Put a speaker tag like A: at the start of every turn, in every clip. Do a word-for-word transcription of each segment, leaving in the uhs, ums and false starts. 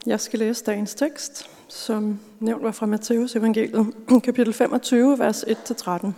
A: Jeg skal læse dagens tekst, som nævnt var fra Matteus evangeliet, kapitel femogtyve, vers et til tretten.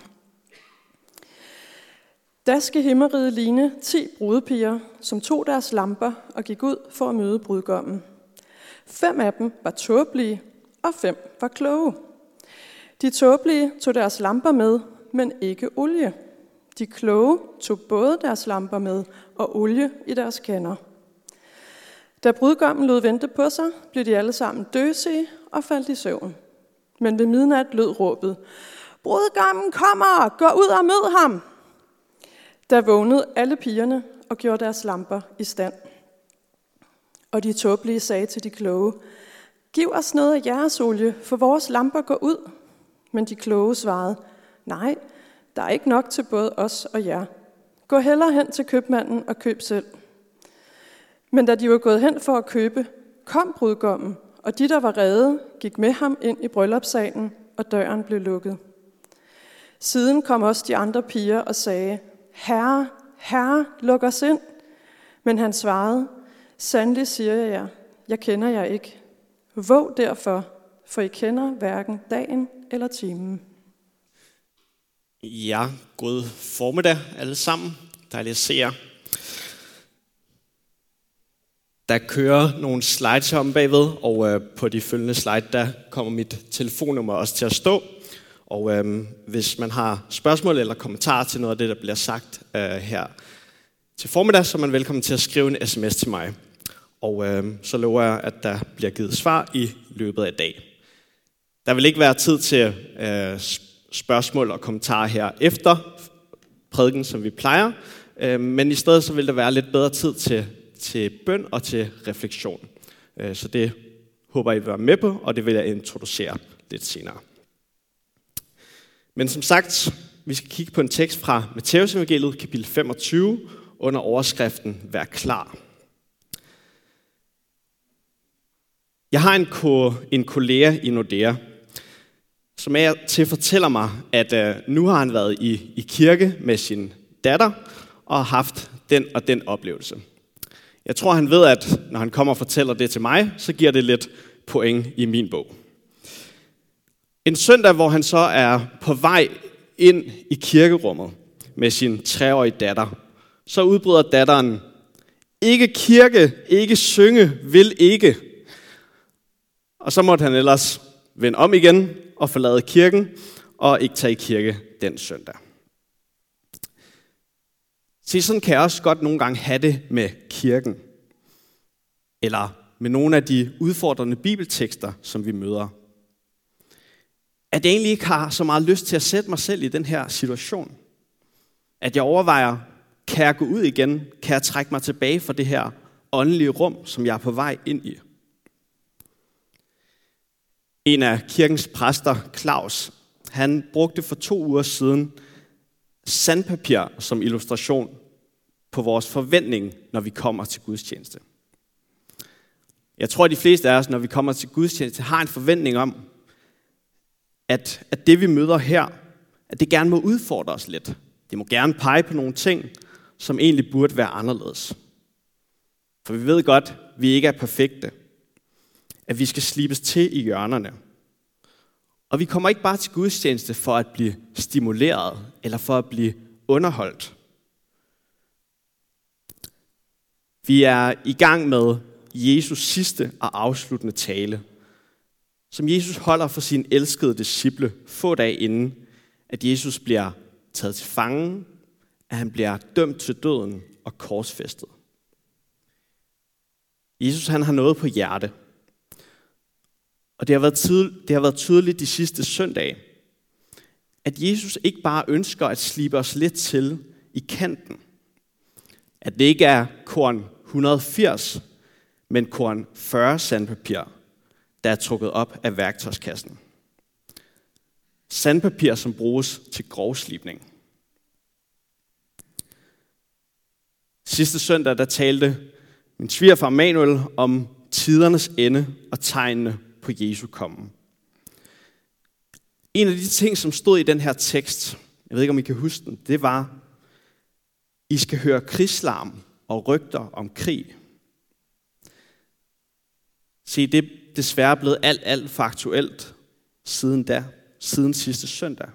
A: Da skal himmeriget ligne ti brudepiger, som tog deres lamper og gik ud for at møde brudgommen. Fem af dem var tåbelige, og fem var kloge. De tåbelige tog deres lamper med, men ikke olie. De kloge tog både deres lamper med og olie i deres kander. Da brudgommen lod vente på sig, blev de alle sammen døsige og faldt i søvn. Men ved midnat lød råbet: "Brudgommen kommer! Gå ud og mød ham!" Der vågnede alle pigerne og gjorde deres lamper i stand. Og de tåbelige sagde til de kloge: "Giv os noget af jeres olie, for vores lamper går ud." Men de kloge svarede: "Nej, der er ikke nok til både os og jer. Gå hellere hen til købmanden og køb selv." Men da de var gået hen for at købe, kom brudgommen, og de, der var rede, gik med ham ind i bryllupssalen, og døren blev lukket. Siden kom også de andre piger og sagde: "Herre, Herre, luk os ind." Men han svarede: "Sandelig siger jeg jer, jeg kender jer ikke. Våg derfor, for I kender hverken dagen eller timen."
B: Ja, god formiddag alle sammen. Dejligt at se jer. Der kører nogle slides om bagved, og øh, på de følgende slide, der kommer mit telefonnummer også til at stå. Og øh, hvis man har spørgsmål eller kommentarer til noget af det, der bliver sagt øh, her til formiddag, så er man velkommen til at skrive en sms til mig. Og øh, så lover jeg, at der bliver givet svar i løbet af i dag. Der vil ikke være tid til øh, spørgsmål og kommentarer her efter prædiken, som vi plejer. Øh, men i stedet så vil der være lidt bedre tid til til bøn og til refleksion. Så det håber I vil være med på, og det vil jeg introducere lidt senere. Men som sagt, vi skal kigge på en tekst fra Matteus evangeliet, kapitel femogtyve, under overskriften Vær klar. Jeg har en, ko, en kollega i Nordea, som er til fortæller mig, at uh, nu har han været i, i kirke med sin datter, og haft den og den oplevelse. Jeg tror, han ved, at når han kommer og fortæller det til mig, så giver det lidt point i min bog. En søndag, hvor han så er på vej ind i kirkerummet med sin treårige datter, så udbryder datteren: "Ikke kirke, ikke synge, vil ikke." Og så måtte han ellers vende om igen og forlade kirken og ikke tage i kirke den søndag. Se, sådan kan jeg også godt nogle gange have det med kirken. Eller med nogle af de udfordrende bibeltekster, som vi møder. At jeg egentlig ikke har så meget lyst til at sætte mig selv i den her situation. At jeg overvejer, kan jeg gå ud igen? Kan jeg trække mig tilbage fra det her åndelige rum, som jeg er på vej ind i? En af kirkens præster, Claus, han brugte for to uger siden sandpapir som illustration på vores forventning, når vi kommer til gudstjeneste. Jeg tror, at de fleste af os, når vi kommer til gudstjeneste, har en forventning om, at, at det vi møder her, at det gerne må udfordre os lidt. Det må gerne pege på nogle ting, som egentlig burde være anderledes. For vi ved godt, at vi ikke er perfekte. At vi skal slibes til i hjørnerne. Og vi kommer ikke bare til gudstjeneste for at blive stimuleret, eller for at blive underholdt. Vi er i gang med Jesus sidste og afsluttende tale, som Jesus holder for sine elskede disciple få dage inden, at Jesus bliver taget til fange, at han bliver dømt til døden og korsfæstet. Jesus, han har noget på hjerte. Og det har, været tydeligt, det har været tydeligt de sidste søndage, at Jesus ikke bare ønsker at slibe os lidt til i kanten. At det ikke er korn et hundrede og firs, men korn fyrre sandpapir, der er trukket op af værktøjskassen. Sandpapir, som bruges til grovslibning. Sidste søndag, der talte min svigerfar Manuel om tidernes ende og tegnene på Jesu komme. En af de ting, som stod i den her tekst, jeg ved ikke, om I kan huske den, det var: I skal høre krigslarm og rygter om krig. Se, det er desværre blevet alt, alt for aktuelt siden da, siden sidste søndag.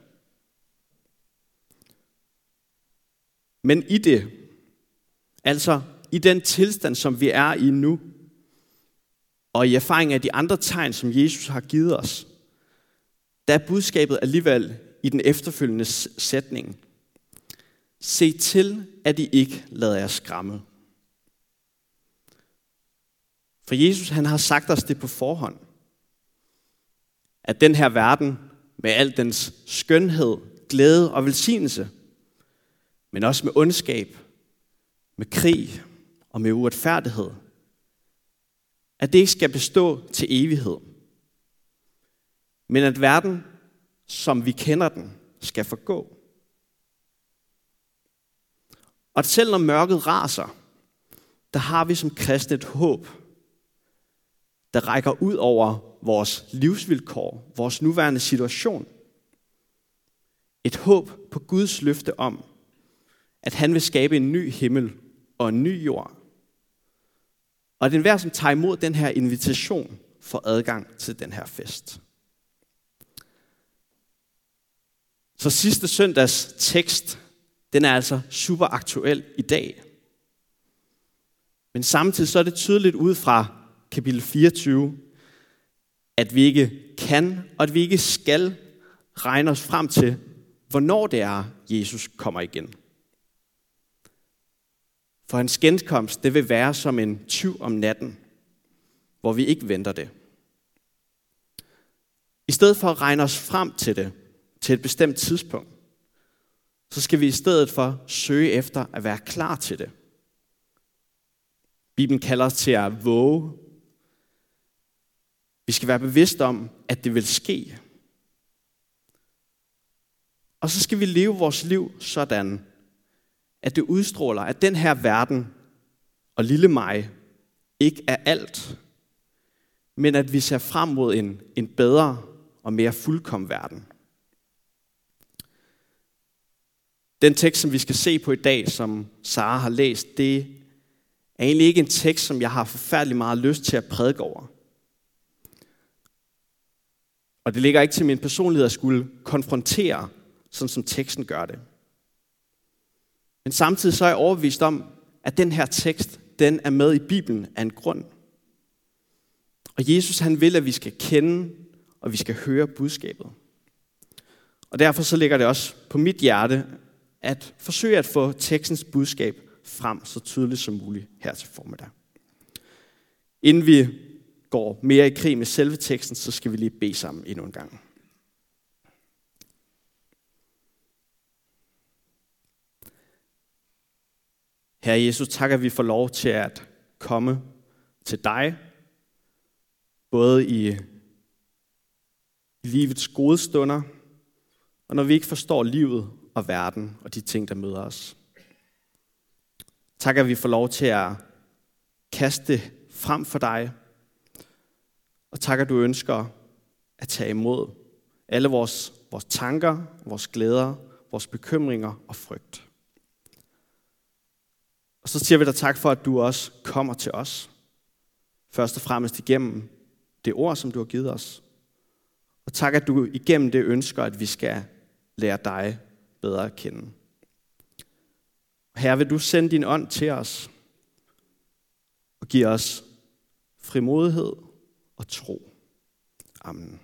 B: Men i det, altså i den tilstand, som vi er i nu, og i erfaring af de andre tegn, som Jesus har givet os, der er budskabet alligevel i den efterfølgende sætning: se til, at I ikke lader jer skræmme. For Jesus, han har sagt os det på forhånd, at den her verden med al dens skønhed, glæde og velsignelse, men også med ondskab, med krig og med uretfærdighed, at det ikke skal bestå til evighed, men at verden, som vi kender den, skal forgå. Og at selv når mørket raser, der har vi som kristne et håb, der rækker ud over vores livsvilkår, vores nuværende situation. Et håb på Guds løfte om, at han vil skabe en ny himmel og en ny jord. Og at enhver, som tager imod den her invitation, får adgang til den her fest. Så sidste søndags tekst, den er altså super aktuel i dag. Men samtidig så er det tydeligt ud fra kapitel fireogtyve, at vi ikke kan, og at vi ikke skal regne os frem til, hvornår det er, Jesus kommer igen. For hans genkomst, det vil være som en tyv om natten, hvor vi ikke venter det. I stedet for at regne os frem til det, til et bestemt tidspunkt, så skal vi i stedet for søge efter at være klar til det. Bibelen kalder os til at våge. Vi skal være bevidste om, at det vil ske. Og så skal vi leve vores liv sådan, at det udstråler, at den her verden og lille mig ikke er alt, men at vi ser frem mod en, en bedre og mere fuldkommen verden. Den tekst, som vi skal se på i dag, som Sara har læst, det er egentlig ikke en tekst, som jeg har forfærdelig meget lyst til at prædike over. Og det ligger ikke til min personlighed at skulle konfrontere, sådan som teksten gør det. Men samtidig så er jeg overbevist om, at den her tekst, den er med i Bibelen af en grund. Og Jesus, han vil, at vi skal kende, og vi skal høre budskabet. Og derfor så ligger det også på mit hjerte, at forsøge at få tekstens budskab frem så tydeligt som muligt her til formiddag. Inden vi går mere i krig med selve teksten, så skal vi lige bede sammen endnu en gang. Herre Jesus, takker vi for lov til at komme til dig, både i, i livets gode stunder, og når vi ikke forstår livet og verden og de ting, der møder os. Takker vi for lov til at kaste frem for dig, og takker du ønsker at tage imod alle vores, vores tanker, vores glæder, vores bekymringer og frygt. Og så siger vi dig tak for, at du også kommer til os. Først og fremmest igennem det ord, som du har givet os. Og tak, at du igennem det ønsker, at vi skal lære dig bedre at kende. Herre, vil du sende din ånd til os og give os frimodighed og tro. Amen.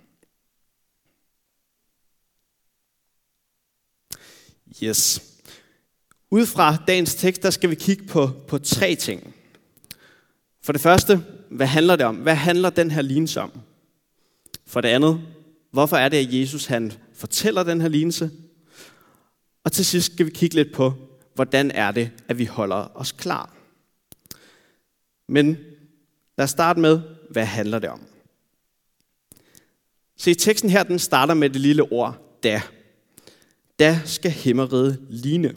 B: Yes. Ud fra dagens tekst, der skal vi kigge på, på tre ting. For det første, hvad handler det om? Hvad handler den her lignelse om? For det andet, hvorfor er det, at Jesus han fortæller den her lignelse? Og til sidst skal vi kigge lidt på, hvordan er det, at vi holder os klar. Men lad os starte med, hvad handler det om? Se, teksten her, den starter med det lille ord, da. Da skal himmeriget ligne.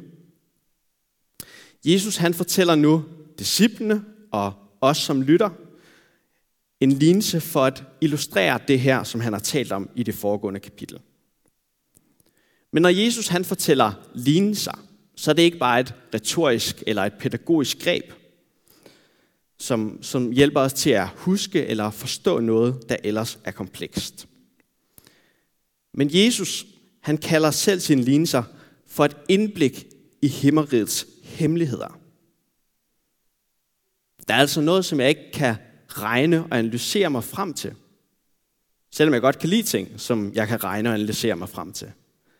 B: Jesus han fortæller nu disciplene og os som lytter en lignelse for at illustrere det her, som han har talt om i det foregående kapitel. Men når Jesus han fortæller lignelser, så er det ikke bare et retorisk eller et pædagogisk greb. som, som hjælper os til at huske eller forstå noget, der ellers er komplekst. Men Jesus, han kalder selv sine lignelser for et indblik i himmerigets hemmeligheder. Der er altså noget, som jeg ikke kan regne og analysere mig frem til. Selvom jeg godt kan lide ting, som jeg kan regne og analysere mig frem til.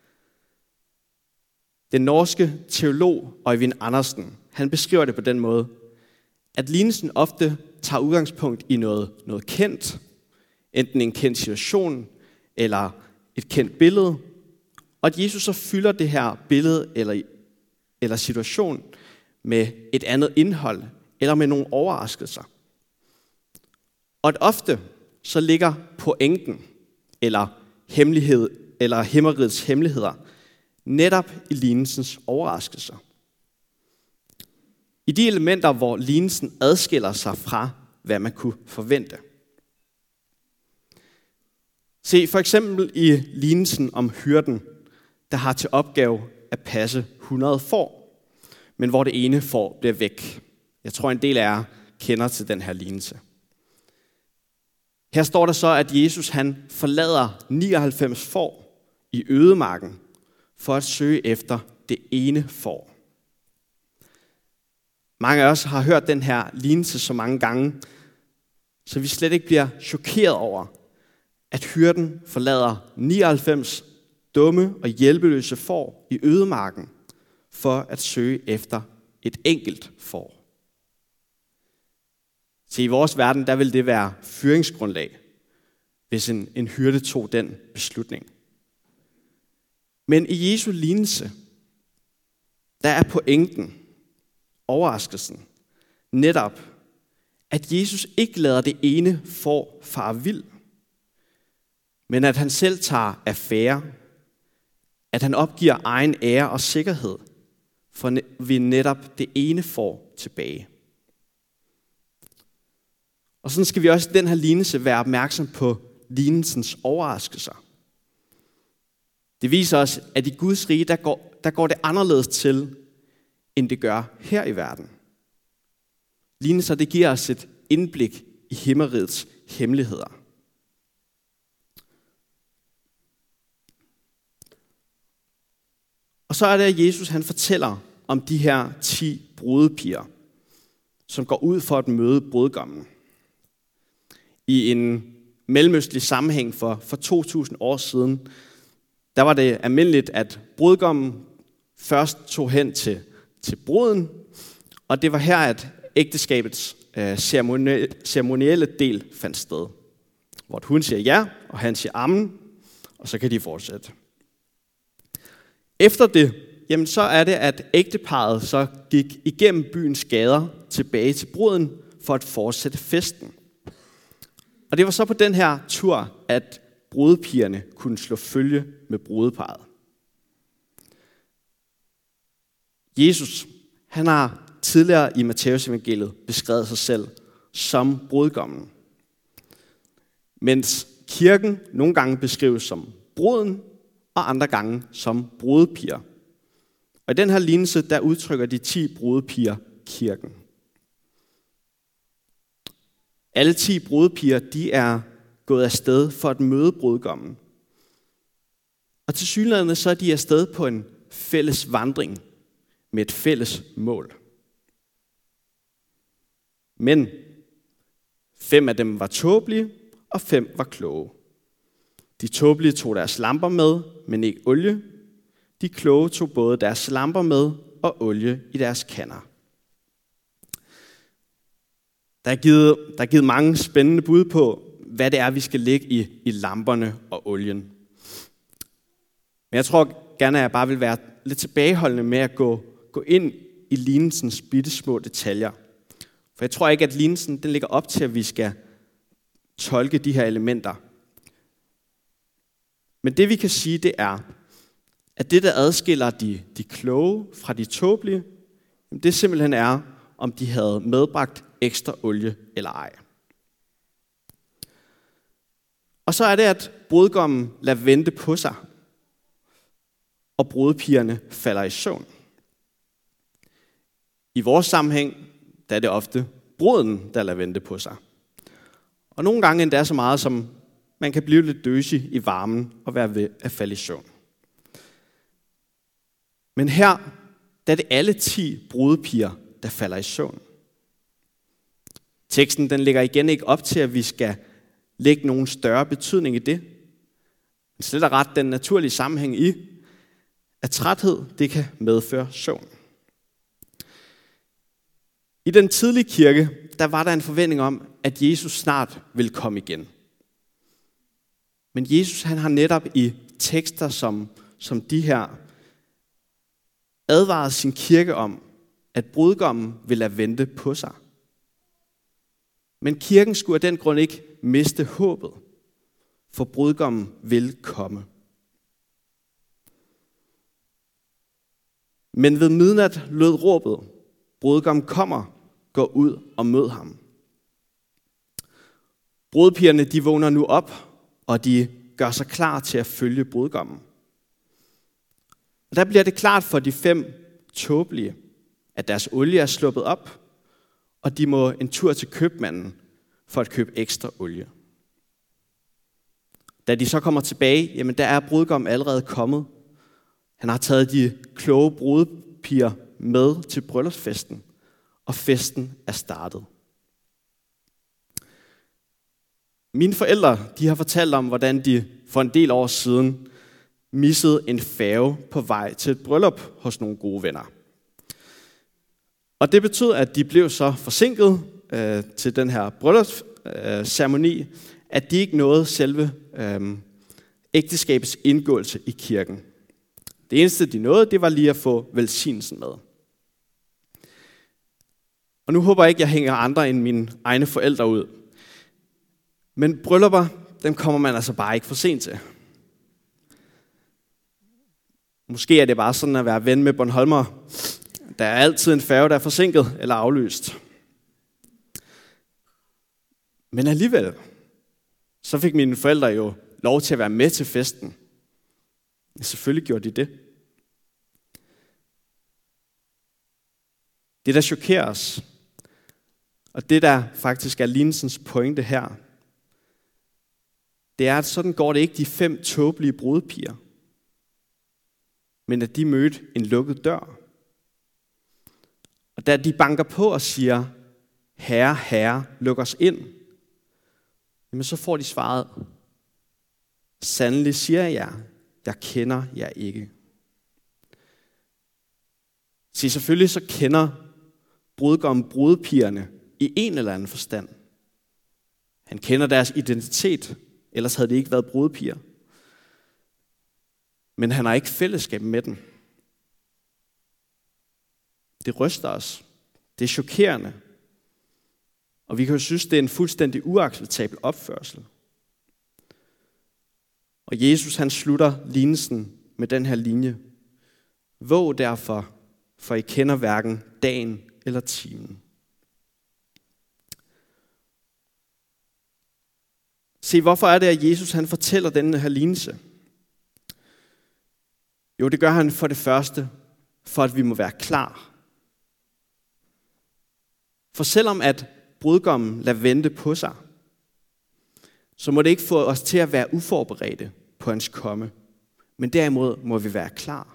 B: Den norske teolog Øyvind Andersen, han beskriver det på den måde, at lignelsen ofte tager udgangspunkt i noget, noget kendt, enten en kendt situation eller et kendt billede, og at Jesus så fylder det her billede eller, eller situation med et andet indhold eller med nogle overraskelser. Og at ofte så ligger pointen eller hemmelighed eller himmerigets hemmeligheder netop i lignelsens overraskelser. I de elementer, hvor lignelsen adskiller sig fra, hvad man kunne forvente. Se for eksempel i lignelsen om hyrden, der har til opgave at passe hundrede får, men hvor det ene får bliver væk. Jeg tror, en del af jer kender til den her lignelse. Her står der så, at Jesus han forlader nioghalvfems får i ødemarken for at søge efter det ene får. Mange af os har hørt den her lignelse så mange gange, så vi slet ikke bliver chokeret over, at hyrden forlader nioghalvfems dumme og hjælpeløse får i ødemarken for at søge efter et enkelt får. Så i vores verden, der vil det være fyringsgrundlag, hvis en, en hyrde tog den beslutning. Men i Jesu lignelse, der er pointen, overraskelsen, netop, at Jesus ikke lader det ene får fare vild, men at han selv tager affære, at han opgiver egen ære og sikkerhed, for vi netop det ene får tilbage. Og sådan skal vi også i den her lignelse være opmærksom på lignelsens overraskelser. Det viser os, at i Guds rige, der går, der går det anderledes til, end det gør her i verden. Lignelser, det giver os et indblik i himmerigets hemmeligheder. Og så er det, at Jesus han fortæller om de her ti brudepiger, som går ud for at møde brudgommen. I en mellemøstlig sammenhæng for, for to tusind år siden, der var det almindeligt, at brudgommen først tog hen til, til bruden, og det var her, at ægteskabets øh, ceremonielle del fandt sted. Hvor hun siger ja, og han siger amen, og så kan de fortsætte. Efter det, jamen så er det, at ægteparret så gik igennem byens gader tilbage til bruden for at fortsætte festen. Og det var så på den her tur, at brudepigerne kunne slå følge med brudeparret. Jesus, han har tidligere i Matthæus evangeliet beskrevet sig selv som brudgommen. Mens kirken nogle gange beskrives som bruden, og andre gange som brudepiger. Og i den her lignelse, der udtrykker de ti brudepiger kirken. Alle ti brudepiger, de er gået afsted for at møde brudgommen. Og tilsyneladende så er de afsted på en fælles vandring med et fælles mål. Men fem af dem var tåbelige, og fem var kloge. De tåbelige tog deres lamper med, men ikke olie. De kloge tog både deres lamper med og olie i deres kander. Der er givet, der er givet mange spændende bud på, hvad det er, vi skal lægge i, i lamperne og olien. Men jeg tror gerne, at jeg bare vil være lidt tilbageholdende med at gå, gå ind i lignelsens bitte små detaljer. For jeg tror ikke, at lignelsen den ligger op til, at vi skal tolke de her elementer. Men det vi kan sige, det er, at det der adskiller de, de kloge fra de tåbelige, det simpelthen er, om de havde medbragt ekstra olie eller ej. Og så er det, at brudgommen lader vente på sig, og brudepigerne falder i søvn. I vores sammenhæng, der er det ofte bruden, der lader vente på sig. Og nogle gange endda så meget, som man kan blive lidt døsig i varmen og være ved at falde i søvn. Men her, der er det alle ti brudepiger, der falder i søvn. Teksten den lægger igen ikke op til, at vi skal lægge nogen større betydning i det. Men slet og ret den naturlige sammenhæng i, at træthed det kan medføre søvn. I den tidlige kirke, der var der en forventning om, at Jesus snart ville komme igen. Men Jesus han har netop i tekster som, som de her advaret sin kirke om, at brudgommen vil lade vente på sig. Men kirken skulle af den grund ikke miste håbet, for brudgommen vil komme. Men ved midnat lød råbet, brudgommen kommer, gå ud og mød ham. Brudepigerne de vågner nu op, og de gør sig klar til at følge brudgommen. Og der bliver det klart for de fem tåbelige, at deres olie er sluppet op, og de må en tur til købmanden for at købe ekstra olie. Da de så kommer tilbage, jamen der er brudgommen allerede kommet. Han har taget de kloge brudepiger med til bryllupsfesten, og festen er startet. Mine forældre de har fortalt om, hvordan de for en del år siden missede en færge på vej til et bryllup hos nogle gode venner. Og det betød, at de blev så forsinket øh, til den her bryllupsceremoni, øh, at de ikke nåede selve øh, ægteskabets indgåelse i kirken. Det eneste, de nåede, det var lige at få velsignelsen med. Og nu håber jeg ikke, at jeg hænger andre end mine egne forældre ud. Men bryllupper, dem kommer man altså bare ikke for sent til. Måske er det bare sådan at være ven med Bornholmer. Der er altid en færge, der er forsinket eller aflyst. Men alligevel, så fik mine forældre jo lov til at være med til festen. Selvfølgelig gjorde de det. Det, der chokerer os, og det, der faktisk er lignelsens pointe her, det er, at sådan går det ikke de fem tåbelige brudepiger, men at de mødte en lukket dør. Og da de banker på og siger, Herre, Herre, luk os ind, jamen så får de svaret, sandelig siger jeg jer, jeg kender jer ikke. Så selvfølgelig så kender brudgommen brudepigerne i en eller anden forstand. Han kender deres identitet, ellers havde de ikke været brudepiger. Men han har ikke fællesskab med dem. Det ryster os. Det er chokerende. Og vi kan jo synes, det er en fuldstændig uacceptabel opførsel. Og Jesus han slutter lignelsen med den her linje. Våg derfor, for I kender hverken dagen eller timen. Se, hvorfor er det, at Jesus han fortæller denne her lignelse? Jo, det gør han for det første, for at vi må være klar. For selvom at brudgommen lader vente på sig, så må det ikke få os til at være uforberedte på hans komme, men derimod må vi være klar.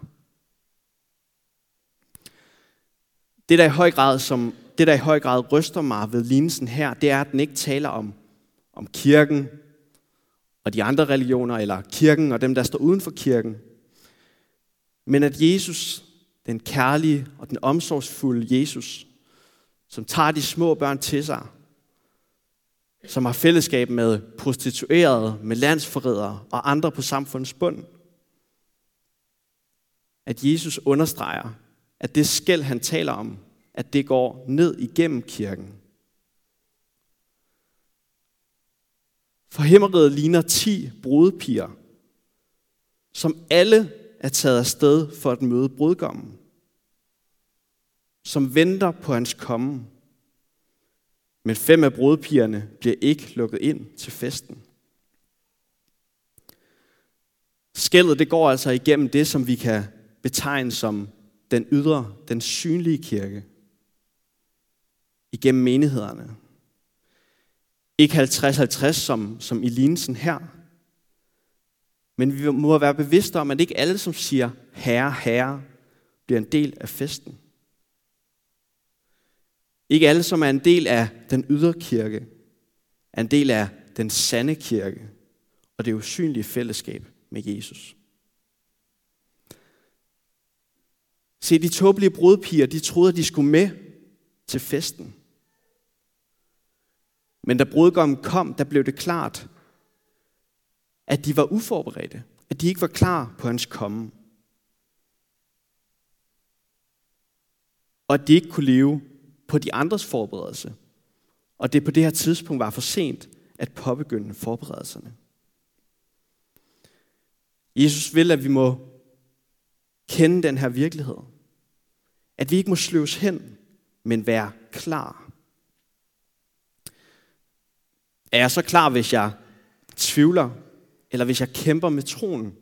B: Det der i høj grad, som, det der i høj grad ryster mig ved lignelsen her, det er, at den ikke taler om, om kirken og de andre religioner, eller kirken og dem, der står uden for kirken, men at Jesus, den kærlige og den omsorgsfulde Jesus, som tager de små børn til sig, som har fællesskab med prostituerede, med landsforrædere og andre på samfundets bund. At Jesus understreger, at det skel, han taler om, at det går ned igennem kirken. For himmeriget ligner ti brudepiger, som alle er taget afsted for at møde brudgommen, som venter på hans komme. Men fem af brudepigerne bliver ikke lukket ind til festen. Skellet det går altså igennem det, som vi kan betegne som den ydre, den synlige kirke. igennem menighederne. Ikke halvtreds halvtreds som, som i lignelsen her. Men vi må være bevidste om, at ikke alle, som siger herre, herre, bliver en del af festen. Ikke alle, som er en del af den ydre kirke, er en del af den sande kirke og det usynlige fællesskab med Jesus. Se, de tåbelige brudpiger, de troede, at de skulle med til festen. Men da brudgommen kom, der blev det klart, at de var uforberedte, at de ikke var klar på hans komme. Og at de ikke kunne leve på de andres forberedelse. Og det på det her tidspunkt var for sent at påbegynde forberedelserne. Jesus vil, at vi må kende den her virkelighed. At vi ikke må sløves hen, men være klar. Er jeg så klar, hvis jeg tvivler, eller hvis jeg kæmper med troen?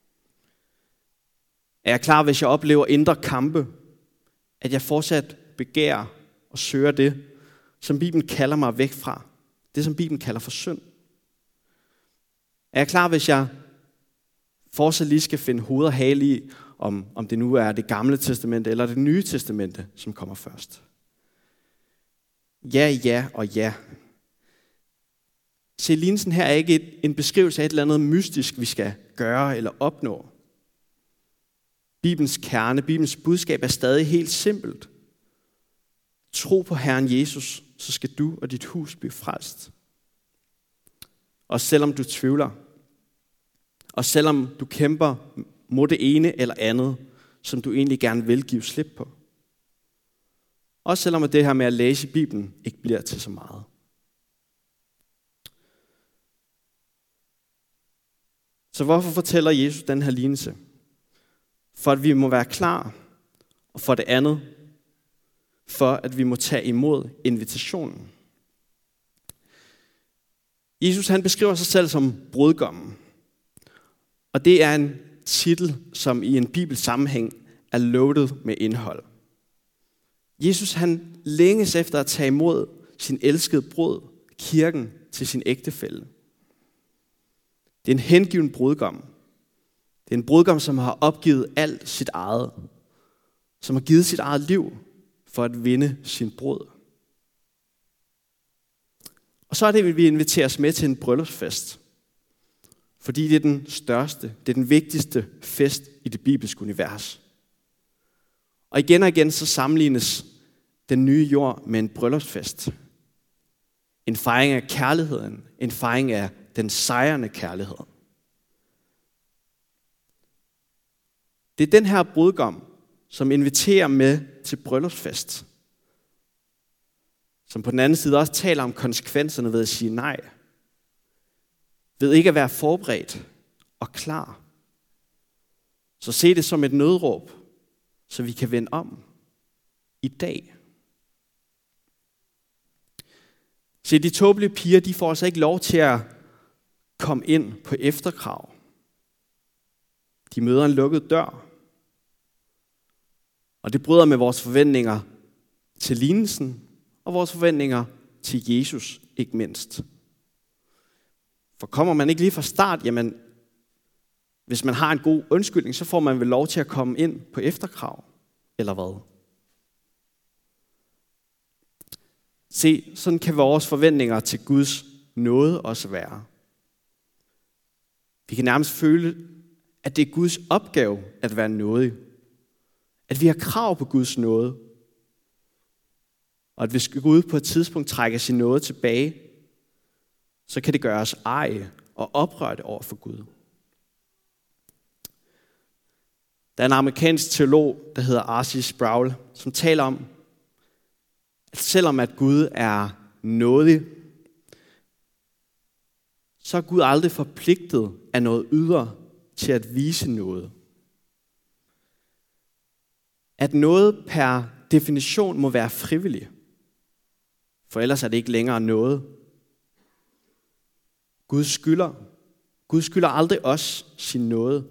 B: Er jeg klar, hvis jeg oplever indre kampe, at jeg fortsat begærer og søger det, som Bibelen kalder mig væk fra? Det, som Bibelen kalder for synd. Er jeg klar, hvis jeg fortsat lige skal finde hoved og hale i, om, om det nu er det gamle testamente eller det nye testamente, som kommer først? Ja, ja og ja. Se, lignelsen her er ikke et, en beskrivelse af et eller andet mystisk, vi skal gøre eller opnå. Bibelens kerne, Bibelens budskab er stadig helt simpelt. Tro på Herren Jesus, så skal du og dit hus blive frelst. Og selvom du tvivler, og selvom du kæmper mod det ene eller andet, som du egentlig gerne vil give slip på. Også selvom det her med at læse Bibelen ikke bliver til så meget. Så hvorfor fortæller Jesus den her lignelse? For at vi må være klar, og for det andet, for at vi må tage imod invitationen. Jesus han beskriver sig selv som brudgommen. Og det er en titel, som i en bibelsk sammenhæng er loaded med indhold. Jesus han længes efter at tage imod sin elskede brud, kirken, til sin ægtefælle. Det er en hengiven brudgom. Det er en brudgom, som har opgivet alt sit eget. Som har givet sit eget liv for at vinde sin brud. Og så er det, at vi inviteres med til en bryllupsfest. Fordi det er den største, det er den vigtigste fest i det bibelske univers. Og igen og igen så sammenlignes den nye jord med en bryllupsfest. En fejring af kærligheden, en fejring af den sejrende kærlighed. Det er den her brudgom, som inviterer med til bryllupsfest. Som på den anden side også taler om konsekvenserne ved at sige nej. Ved ikke at være forberedt og klar. Så se det som et nødråb, så vi kan vende om i dag. Se, de tåbelige piger, de får altså ikke lov til at komme ind på efterkrav. De møder en lukket dør. Og det bryder med vores forventninger til lignelsen, og vores forventninger til Jesus, ikke mindst. For kommer man ikke lige fra start, jamen, hvis man har en god undskyldning, så får man vel lov til at komme ind på efterkrav, eller hvad? Se, sådan kan vores forventninger til Guds nåde også være. Vi kan nærmest føle, at det er Guds opgave at være nådig. At vi har krav på Guds nåde. Og at hvis Gud på et tidspunkt trækker sin nåde tilbage, så kan det gøre os eje og oprørte over for Gud. Der er en amerikansk teolog, der hedder R C Sproul, som taler om, at selvom at Gud er nådig, så er Gud aldrig forpligtet af noget ydre til at vise noget. At noget per definition må være frivillig, for ellers er det ikke længere noget. Gud skylder. Gud skylder aldrig os sin nåde.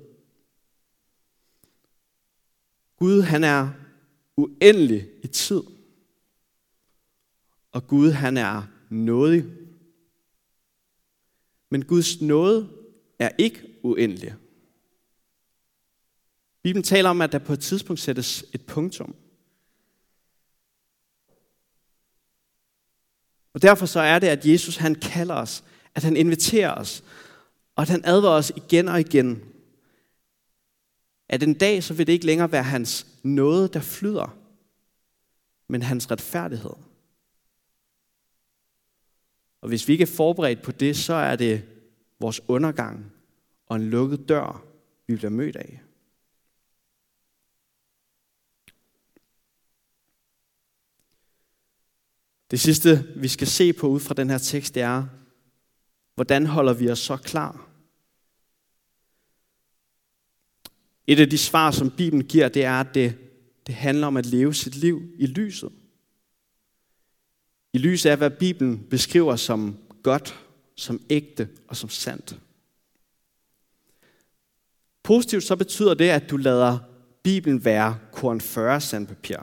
B: Gud, han er uendelig i tid. og Gud han er nådig. Men Guds nåde er ikke uendelig. Bibelen taler om, at der på et tidspunkt sættes et punktum. Og derfor så er det, at Jesus han kalder os, at han inviterer os, og at han advarer os igen og igen, at en dag så vil det ikke længere være hans nåde, der flyder, men hans retfærdighed. Og hvis vi ikke er forberedt på det, så er det vores undergang og en lukket dør, vi bliver mødt af. Det sidste, vi skal se på ud fra den her tekst, det er, hvordan holder vi os så klar? Et af de svar, som Bibelen giver, det er, at det, det handler om at leve sit liv i lyset. I lyset af, hvad Bibelen beskriver som godt, som ægte og som sandt. Positivt så betyder det, at du lader Bibelen være korn fyrre sandpapir.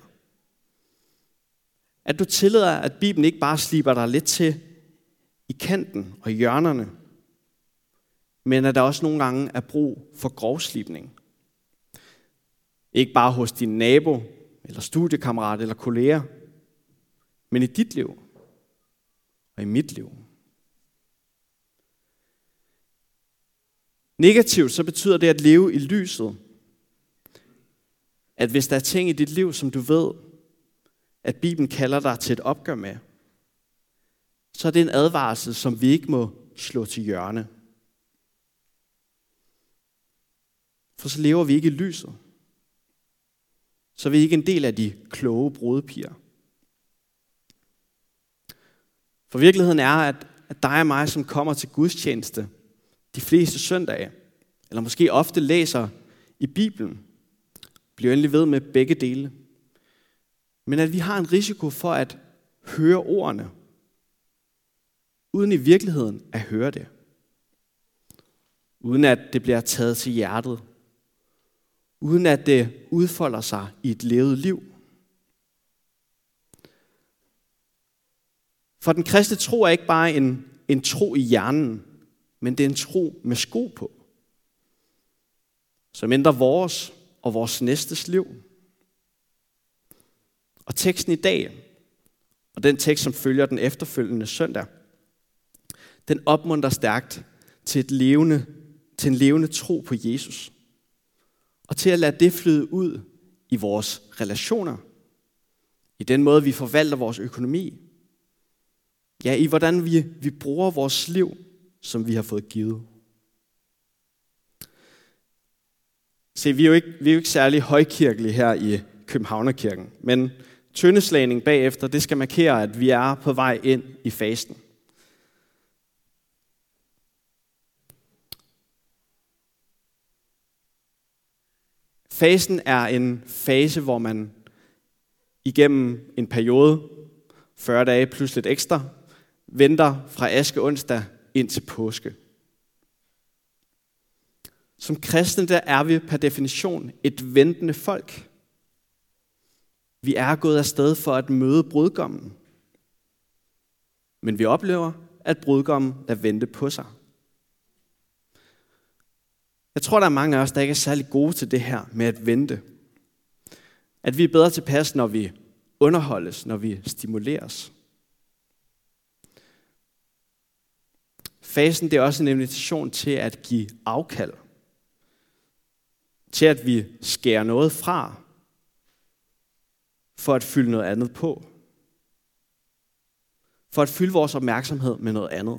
B: At du tillader, at Bibelen ikke bare sliber dig lidt til i kanten og hjørnerne, men at der også nogle gange er brug for grovslibning. Ikke bare hos din nabo, eller studiekammerat, eller kolleger, men i dit liv og i mit liv. Negativt så betyder det at leve i lyset, at hvis der er ting i dit liv, som du ved, at Bibelen kalder dig til et opgør med, så er det en advarsel, som vi ikke må slå til hjørne. For så lever vi ikke i lyset. Så er vi ikke en del af de kloge brudepiger. For virkeligheden er, at, at dig og mig, som kommer til gudstjeneste de fleste søndage, eller måske ofte læser i Bibelen, bliver endelig ved med begge dele. Men at vi har en risiko for at høre ordene, uden i virkeligheden at høre det. Uden at det bliver taget til hjertet. Uden at det udfolder sig i et levet liv. For den kristne tro er ikke bare en, en tro i hjernen, men det er en tro med sko på, som ændrer vores og vores næstes liv. Og teksten i dag, og den tekst, som følger den efterfølgende søndag, den opmuntrer stærkt til, et levende, til en levende tro på Jesus. Og til at lade det flyde ud i vores relationer, i den måde, vi forvalter vores økonomi, ja, i hvordan vi, vi bruger vores liv, som vi har fået givet. Se, vi er jo ikke, vi er jo ikke særlig højkirkelige her i Københavnerkirken, men tøndeslagning bagefter, det skal markere, at vi er på vej ind i fasten. Fasten er en fase, hvor man igennem en periode, fyrre dage plus lidt ekstra, venter fra askeonsdag ind til påske. Som kristne, der er vi per definition et ventende folk. Vi er gået afsted for at møde brudgommen. Men vi oplever, at brudgommen lader vente på sig. Jeg tror, der er mange af os, der ikke er særlig gode til det her med at vente. At vi er bedre tilpas, når vi underholdes, når vi stimuleres. Fasen, det er også en invitation til at give afkald. Til at vi skærer noget fra, for at fylde noget andet på. For at fylde vores opmærksomhed med noget andet.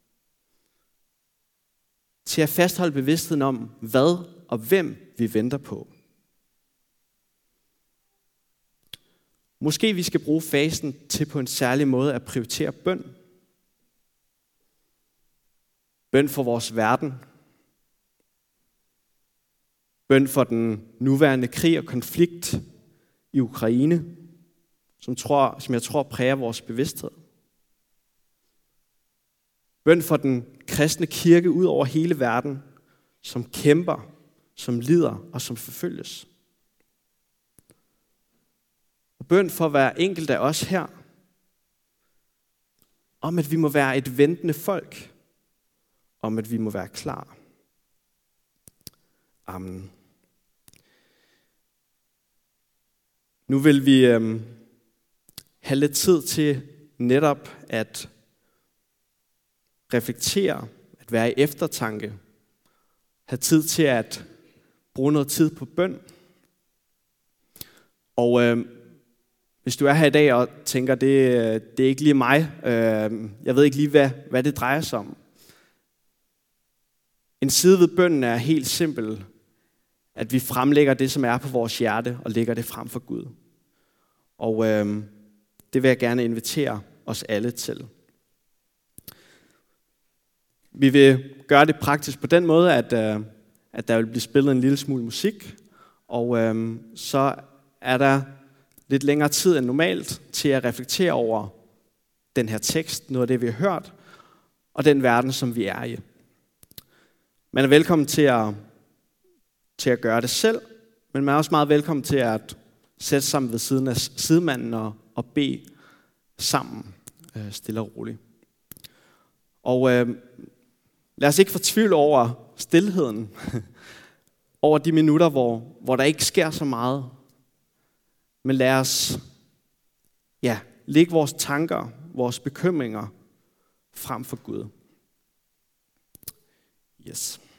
B: Til at fastholde bevidstheden om, hvad og hvem vi venter på. Måske vi skal bruge fasten til på en særlig måde at prioritere bøn. Bøn for vores verden. Bøn for den nuværende krig og konflikt i Ukraine, som, tror, som jeg tror præger vores bevidsthed. Bøn for den kristne kirke ud over hele verden, som kæmper, som lider og som forfølges. Og bøn for hver enkelt af os her, om at vi må være et ventende folk, om at vi må være klar. Amen. Nu vil vi øh, have lidt tid til netop at reflektere, at være i eftertanke, have tid til at bruge noget tid på bøn. Og øh, hvis du er her i dag og tænker, det, det er ikke lige mig, øh, jeg ved ikke lige, hvad, hvad det drejer sig om. En side ved bønnen er helt simpel, at vi fremlægger det, som er på vores hjerte, og lægger det frem for Gud. Og øh, det vil jeg gerne invitere os alle til. Vi vil gøre det praktisk på den måde, at, øh, at der vil blive spillet en lille smule musik, og øh, så er der lidt længere tid end normalt til at reflektere over den her tekst, noget af det, vi har hørt, og den verden, som vi er i. Man er velkommen til at, til at gøre det selv, men man er også meget velkommen til at sætte sammen ved siden af sidemanden og, og bede sammen, øh, stille og roligt. Og øh, lad os ikke fortvivle over stilheden, over de minutter, hvor, hvor der ikke sker så meget. Men lad os ja, lægge vores tanker, vores bekymringer frem for Gud. Yes.